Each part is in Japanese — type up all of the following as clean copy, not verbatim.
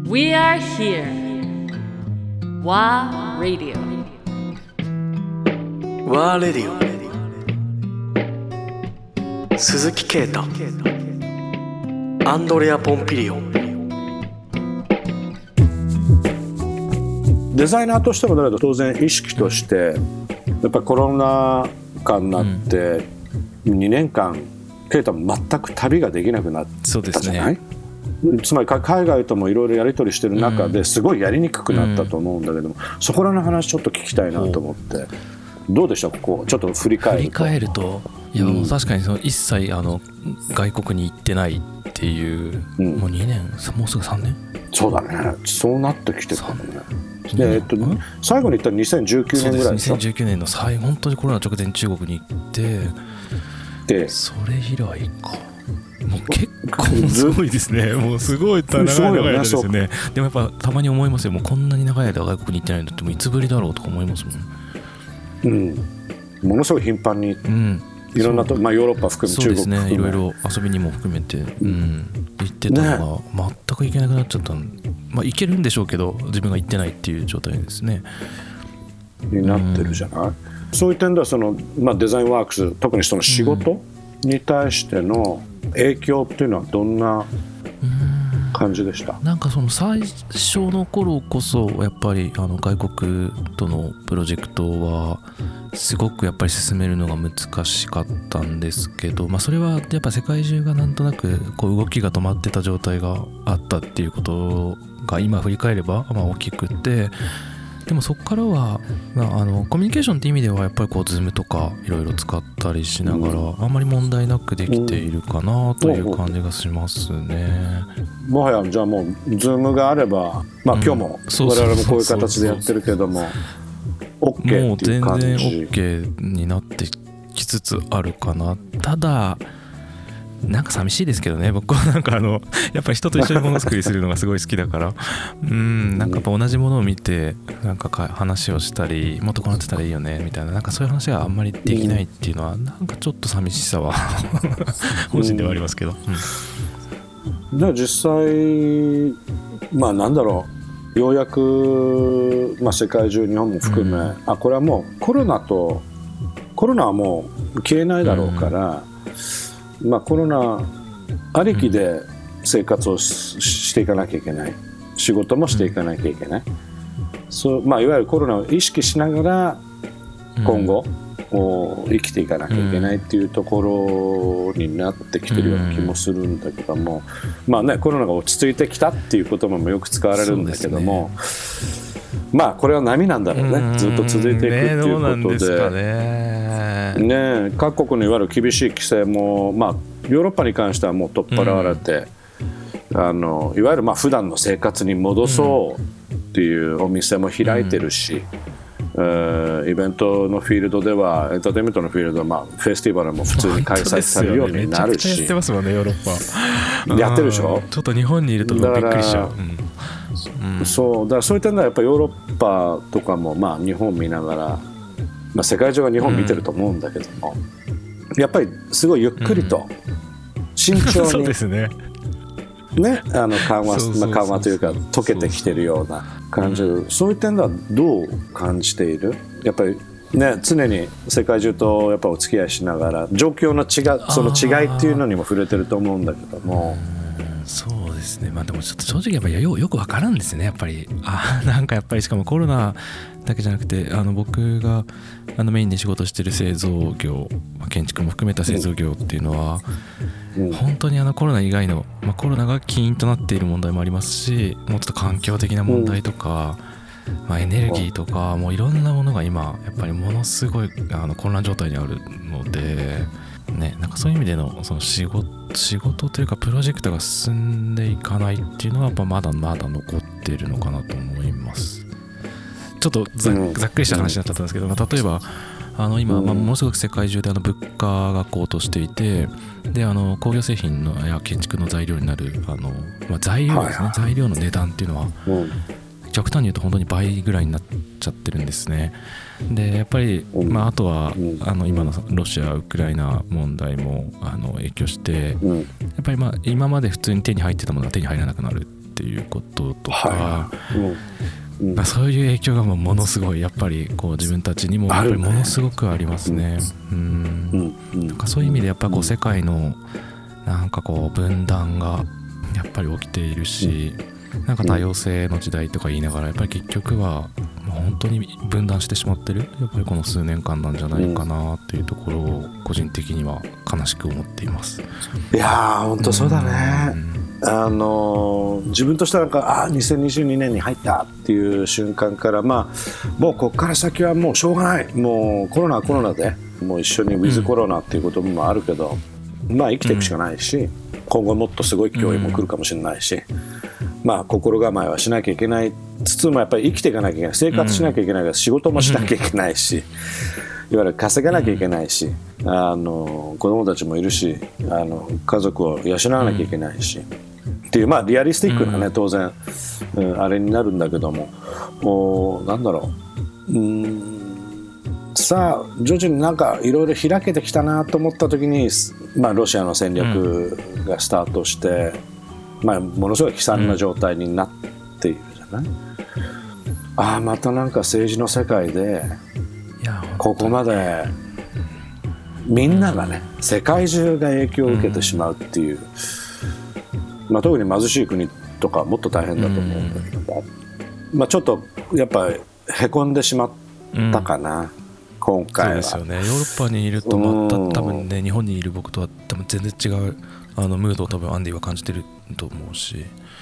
We are here. WA Radio. WA Radio。鈴木啓太、アンドレア・ポンピリオン。 デザイナーとしてもだけど当然意識としてやっぱりコロナ禍になって2年間啓太も全く旅ができなくなったじゃない？つまり海外ともいろいろやり取りしてる中ですごいやりにくくなったと思うんだけども、そこらの話ちょっと聞きたいなと思って。どうでしたここちょっと振り返ると。 いやもう確かにその一切外国に行ってないっていう、もう2年もうすぐ3年。 そうだね、そうなってきてるからね。で最後に行ったら2019年ぐらいでしょ。 2019年の本当にコロナ直前中国に行ってでそれ以来か。もう結構すごいですね。もうすごい長い間ですよね。でもやっぱたまに思いますよ。もうこんなに長い間外国に行ってないのってもういつぶりだろうとか思いますもん。 ものすごい頻繁に、いろんなと、ヨーロッパ含め中国含め、 そうですね、いろいろ遊びにも含めて、行ってたのが全く行けなくなっちゃった行けるんでしょうけど自分が行ってないっていう状態ですねになってるじゃない。そういう点ではデザインワークス特にその仕事に対しての影響っていうのはどんな感じでした？ なんかその最初の頃こそやっぱり外国とのプロジェクトはすごくやっぱり進めるのが難しかったんですけど、それはやっぱ世界中がなんとなくこう動きが止まってた状態があったっていうことが今振り返れば大きくて、でもそこからは、コミュニケーションって意味ではやっぱりこう Zoom とかいろいろ使ったりしながら、あんまり問題なくできているかなという感じがしますね。 もはやじゃあもう Zoom があれば、今日も我々もこういう形でやってるけども OK っていう感じ。もう全然 OK になってきつつあるかな。ただなんか寂しいですけどね。僕はなんかやっぱり人と一緒にものづくりするのがすごい好きだからなんかやっぱ同じものを見てなんか話をしたりもっとこうなってたらいいよねみたいな、なんかそういう話があんまりできないっていうのはなんかちょっと寂しさは個人ではありますけど、 じゃあ実際なんだろう、ようやく、世界中日本も含め、これはもうコロナはもう消えないだろうから、コロナありきで生活をしていかなきゃいけない、仕事もしていかなきゃいけない、いわゆるコロナを意識しながら今後、生きていかなきゃいけないっていうところになってきてるような気もするんだけども、コロナが落ち着いてきたっていう言葉もよく使われるんだけども、これは波なんだろうね、ずっと続いていくっていうことで、各国のいわゆる厳しい規制も、ヨーロッパに関してはもう取っ払われて、いわゆる普段の生活に戻そうっていうお店も開いてるし、イベントのフィールドではエンターテインメントのフィールドは、フェスティバルも普通に開催されるようになるし、 めちゃくちゃやってますもんね、ヨーロッパやってるでしょ。 ちょっと日本にいるとびっくりしちゃう。 そういう点ではやっぱヨーロッパとかも日本見ながら、世界中が日本見てると思うんだけども、やっぱりすごいゆっくりと慎重に、 そうですね、 緩和というか溶けてきてるような感じ、そういう点ではどう感じている？やっぱり常に世界中とやっぱお付き合いしながら状況のその違いっていうのにも触れてると思うんだけども。 そうですね。でもちょっと正直やっぱりよく分からんですね、やっぱり。なんかやっぱりしかもコロナだけじゃなくて僕がメインで仕事してる製造業、建築も含めた製造業っていうのは、本当にコロナ以外の、コロナが起因となっている問題もありますし、もうちょっと環境的な問題とか、エネルギーとかもういろんなものが今やっぱりものすごい混乱状態にあるので、なんかそういう意味でのその仕事というかプロジェクトが進んでいかないっていうのはやっぱまだまだ残っているのかなと思います。ちょっとざっくりした話になっちゃったんですけど、例えば今、ものすごく世界中で物価が高騰していて、で工業製品や建築の材料になる材料ですね、材料の値段っていうのは、極端に言うと本当に倍ぐらいになっちゃってるんですね。でやっぱり、あとは今のロシア・ウクライナ問題も影響して、やっぱり今まで普通に手に入ってたものが手に入らなくなるっっていうこととか、 はいまあ、そういう影響がものすごいやっぱりこう自分たちにもやっぱりものすごくありますね。なんかそういう意味でやっぱこう世界のなんかこう分断がやっぱり起きているし、なんか多様性の時代とか言いながらやっぱり結局はもう本当に分断してしまってるやっぱりこの数年間なんじゃないかなっていうところを個人的には悲しく思っています。 いやー本当そうだね。自分としてはなんか2022年に入ったっていう瞬間から、まあもうここから先はもうしょうがない、もうコロナはコロナでもう一緒にウィズコロナっていうこともあるけど、まあ生きていくしかないし、今後もっとすごい脅威も来るかもしれないし、まあ心構えはしなきゃいけないつつもやっぱり生きていかなきゃいけない、生活しなきゃいけないから仕事もしなきゃいけないし、いわゆる稼がなきゃいけないし、子供たちもいるし、家族を養わなきゃいけないし、っていうまあリアリスティックなね、当然、あれになるんだけども、なんだろう、さあ徐々になんかいろいろ開けてきたなと思った時に、まあ、ロシアの戦略がスタートして、まあ、ものすごい悲惨な状態になっているじゃない。またなんか政治の世界でここまでみんながね、世界中が影響を受けてしまうっていう、まあ、特に貧しい国とかもっと大変だと思うんだけども、まあ、ちょっとやっぱりへこんでしまったかな、今回は。 そうですよね。ヨーロッパにいるとまた多分ね、日本にいる僕とは多分全然違うムードを多分アンディは感じてると思うし、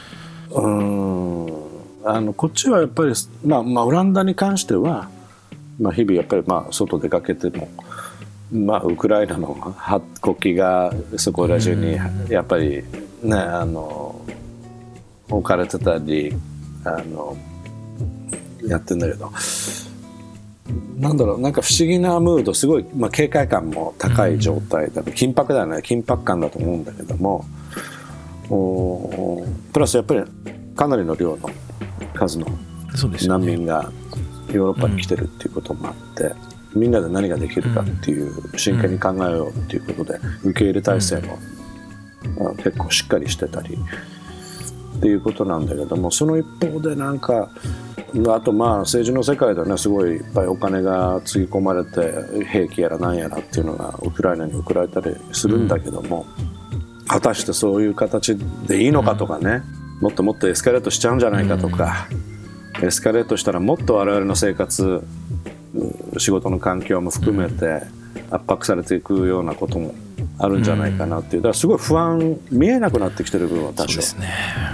こっちはやっぱり、まあ、オランダに関しては、まあ、日々やっぱりまあ外出かけても、まあ、ウクライナの国旗がそこら中にやっぱりね、置かれてたりやってんだけど、なんだろう、なんか不思議なムード、すごい、まあ、警戒感も高い状態だ、緊迫だよね、緊迫感だと思うんだけども、プラスやっぱりかなりの量の数の難民がヨーロッパに来てるっていうこともあって、みんなで何ができるかっていう真剣に考えようっていうことで受け入れ体制も結構しっかりしてたりっていうことなんだけども、その一方でなんかあとまあ政治の世界ではね、すごいいっぱいお金がつぎ込まれて兵器やら何やらっていうのがウクライナに送られたりするんだけども、果たしてそういう形でいいのかとかね、もっともっとエスカレートしちゃうんじゃないかとか、エスカレートしたらもっと我々の生活、仕事の環境も含めて圧迫されていくようなこともあるんじゃないかなっていう、だからすごい不安、見えなくなってきてる部分は多少、そうですね。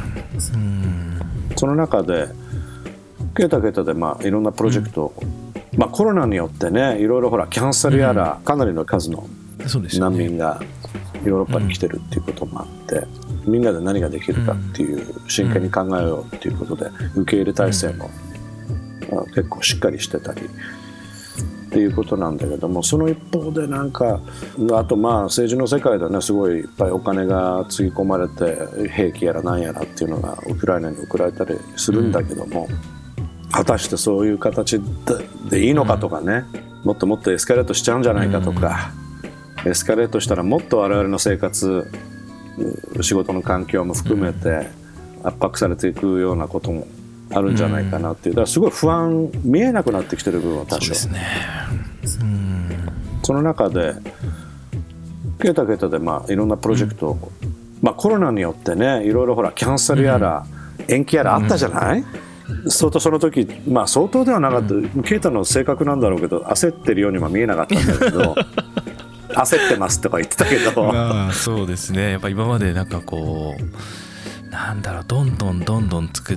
その中でケータケータでまあいろんなプロジェクト、まあ、コロナによってね、いろいろほらキャンセルやら、かなりの数の難民がヨーロッパに来てるっていうこともあって、みんなで何ができるかっていう真剣に考えようっていうことで受け入れ体制も結構しっかりしてたりっていうことなんだけども、その一方でなんかあとまあ政治の世界ではね、すごいいっぱいお金がつぎ込まれて兵器やら何やらっていうのがウクライナに送られたりするんだけども、果たしてそういう形でいいのかとかね、もっともっとエスカレートしちゃうんじゃないかとか、エスカレートしたらもっと我々の生活、仕事の環境も含めて圧迫されていくようなこともあるんじゃないかなっていう、だからすごい不安、見えなくなってきてる部分は多少、そうですね。その中でケータケータでまあいろんなプロジェクト、まあ、コロナによってね、いろいろほらキャンセルやら延期やらあったじゃない、相当その時、まあ相当ではなかった、ケータの性格なんだろうけど焦ってるようには見えなかったんだけど焦ってますとか言ってたけどまあそうですね。やっぱ今までなんかこうなんだろう、どんどん作って、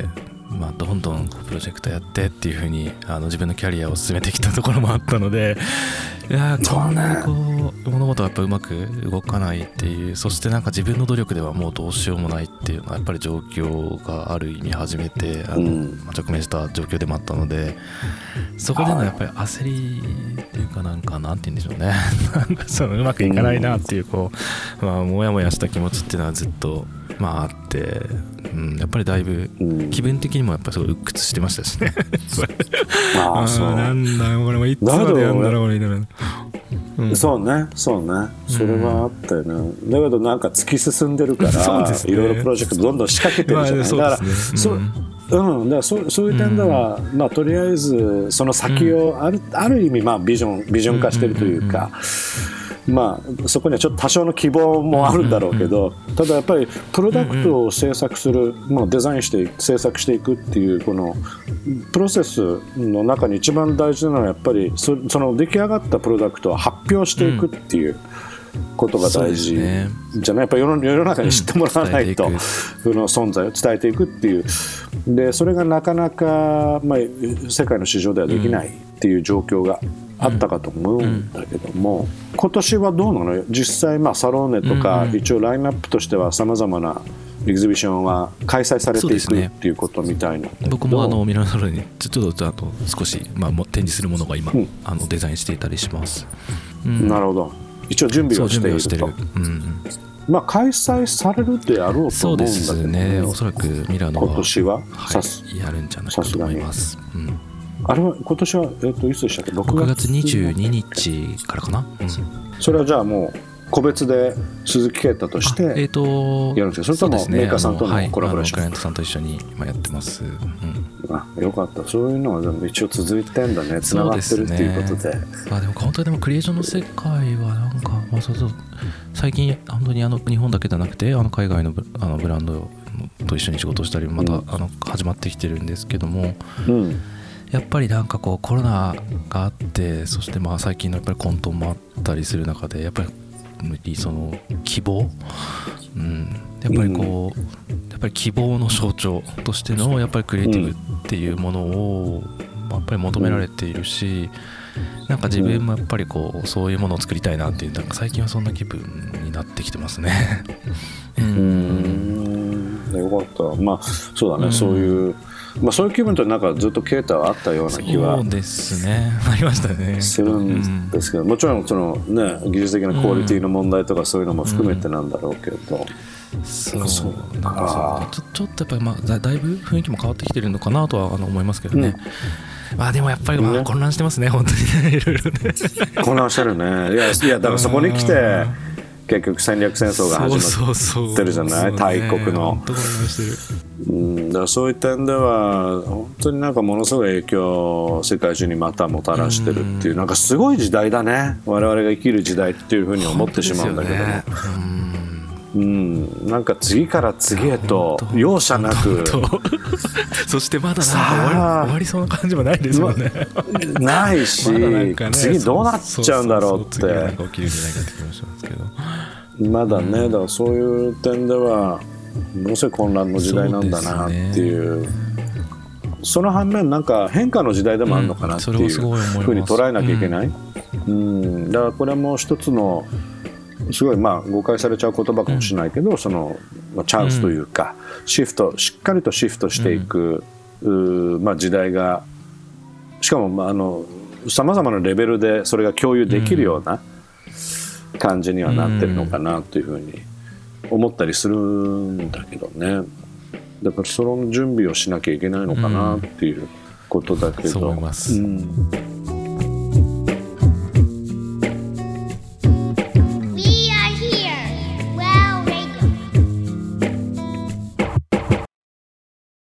まあ、どんどんプロジェクトやってっていう風に自分のキャリアを進めてきたところもあったので、いやこんなにこう物事はやっぱうまく動かないっていう、そしてなんか自分の努力ではもうどうしようもないっていうのはやっぱり状況がある意味初めて直面した状況でもあったので、そこでのやっぱり焦りっていうか、なんて言うんでしょうねなんかそのうまくいかないなっていうこう、まあ、もやもやした気持ちっていうのはずっとまああって、やっぱりだいぶ気分的にもやっぱりすごい鬱屈してましたしねそうなんだよこれもいつまでやんだろうこれみたいな。 そうねそれはあったよね。だけどなんか突き進んでるから、ね、いろいろプロジェクトどんどん仕掛けてるじゃない、だからだからそういう点では、まあ、とりあえずその先をある意味、まあ、ビジョン化してるというか、まあ、そこにはちょっと多少の希望もあるんだろうけど、ただやっぱりプロダクトを制作する、まあ、デザインして制作していくっていうこのプロセスの中に一番大事なのはやっぱりその出来上がったプロダクトを発表していくっていうことが大事じゃない、やっぱり世の中に知ってもらわないと、その存在を伝えていくっていうで、それがなかなか、まあ、世界の市場ではできないっていう状況があったかと思うんだけども、今年はどうなの？実際、まあ、サローネとか、一応ラインナップとしてはさまざまなエキシビションは開催されていくっていうことみたいな。 僕もミラノサローネにちょっと少し、まあ、展示するものが今、デザインしていたりします。 なるほど。一応準備をしていると。まあ、開催されるであろうと思うんだけど、 そうですね。おそらくミラノは今年は、 やるんじゃないかと思います。 あれは今年は、いつでしたっけ？6 月22日からかな。 それはじゃあもう個別で鈴木啓太としてやるんですか？それともメーカーさんとのコラボレーション？ クライアントさんと一緒に今やってます。 よかった。そういうのは一応続いてんだね。つながってるっていうことで。 まあでも本当にクリエーションの世界はなんか、まあ、そう最近本当に日本だけじゃなくて海外のブランドと一緒に仕事をしたりまた、始まってきてるんですけども。やっぱりなんかこうコロナがあって、そしてまあ最近のやっぱり混沌もあったりする中でやっぱりその希望、やっぱりこうやっぱり希望の象徴としてのやっぱりクリエイティブっていうものをやっぱり求められているし、なんか自分もやっぱりこうそういうものを作りたいなっていう、なんか最近はそんな気分になってきてますね。 よかった。まあそうだね、そういうまあ、そういう気分となんかずっと啓太はあったような気はそうですね、ありましたね。 するんですけど、もちろんその、ね、技術的なクオリティの問題とかそういうのも含めてなんだろうけど、 そうか、ちょっとやっぱり、まあ、だいぶ雰囲気も変わってきてるのかなとは思いますけどね。まあでもやっぱり混乱してますね、本当にね、いろいろね。混乱してるね。いやだからそこに来て結局戦略戦争が始まってるじゃない、大国の。だからそういう点では本当になんかものすごい影響を世界中にまたもたらしてるっていう、なんかすごい時代だね、我々が生きる時代っていうふうに思ってしまうんだけども、なんか次から次へと容赦なくそしてまだなんか終わりそうな感じもないですもんね。 ないし、次どうなっちゃうんだろうってまだね。だからそういう点ではものすごい混乱の時代なんだなっていう、その反面なんか変化の時代でもあるのかなっていうふうに捉えなきゃいけない。だからこれも一つのすごいまあ誤解されちゃう言葉かもしれないけど、そのチャンスというかしっかりとシフトしていく、まあ、時代が、しかもさまざまなレベルでそれが共有できるような感じにはなってるのかなというふうに思ったりするんだけどね。だからその準備をしなきゃいけないのかなっていうことだけど、 そう思います。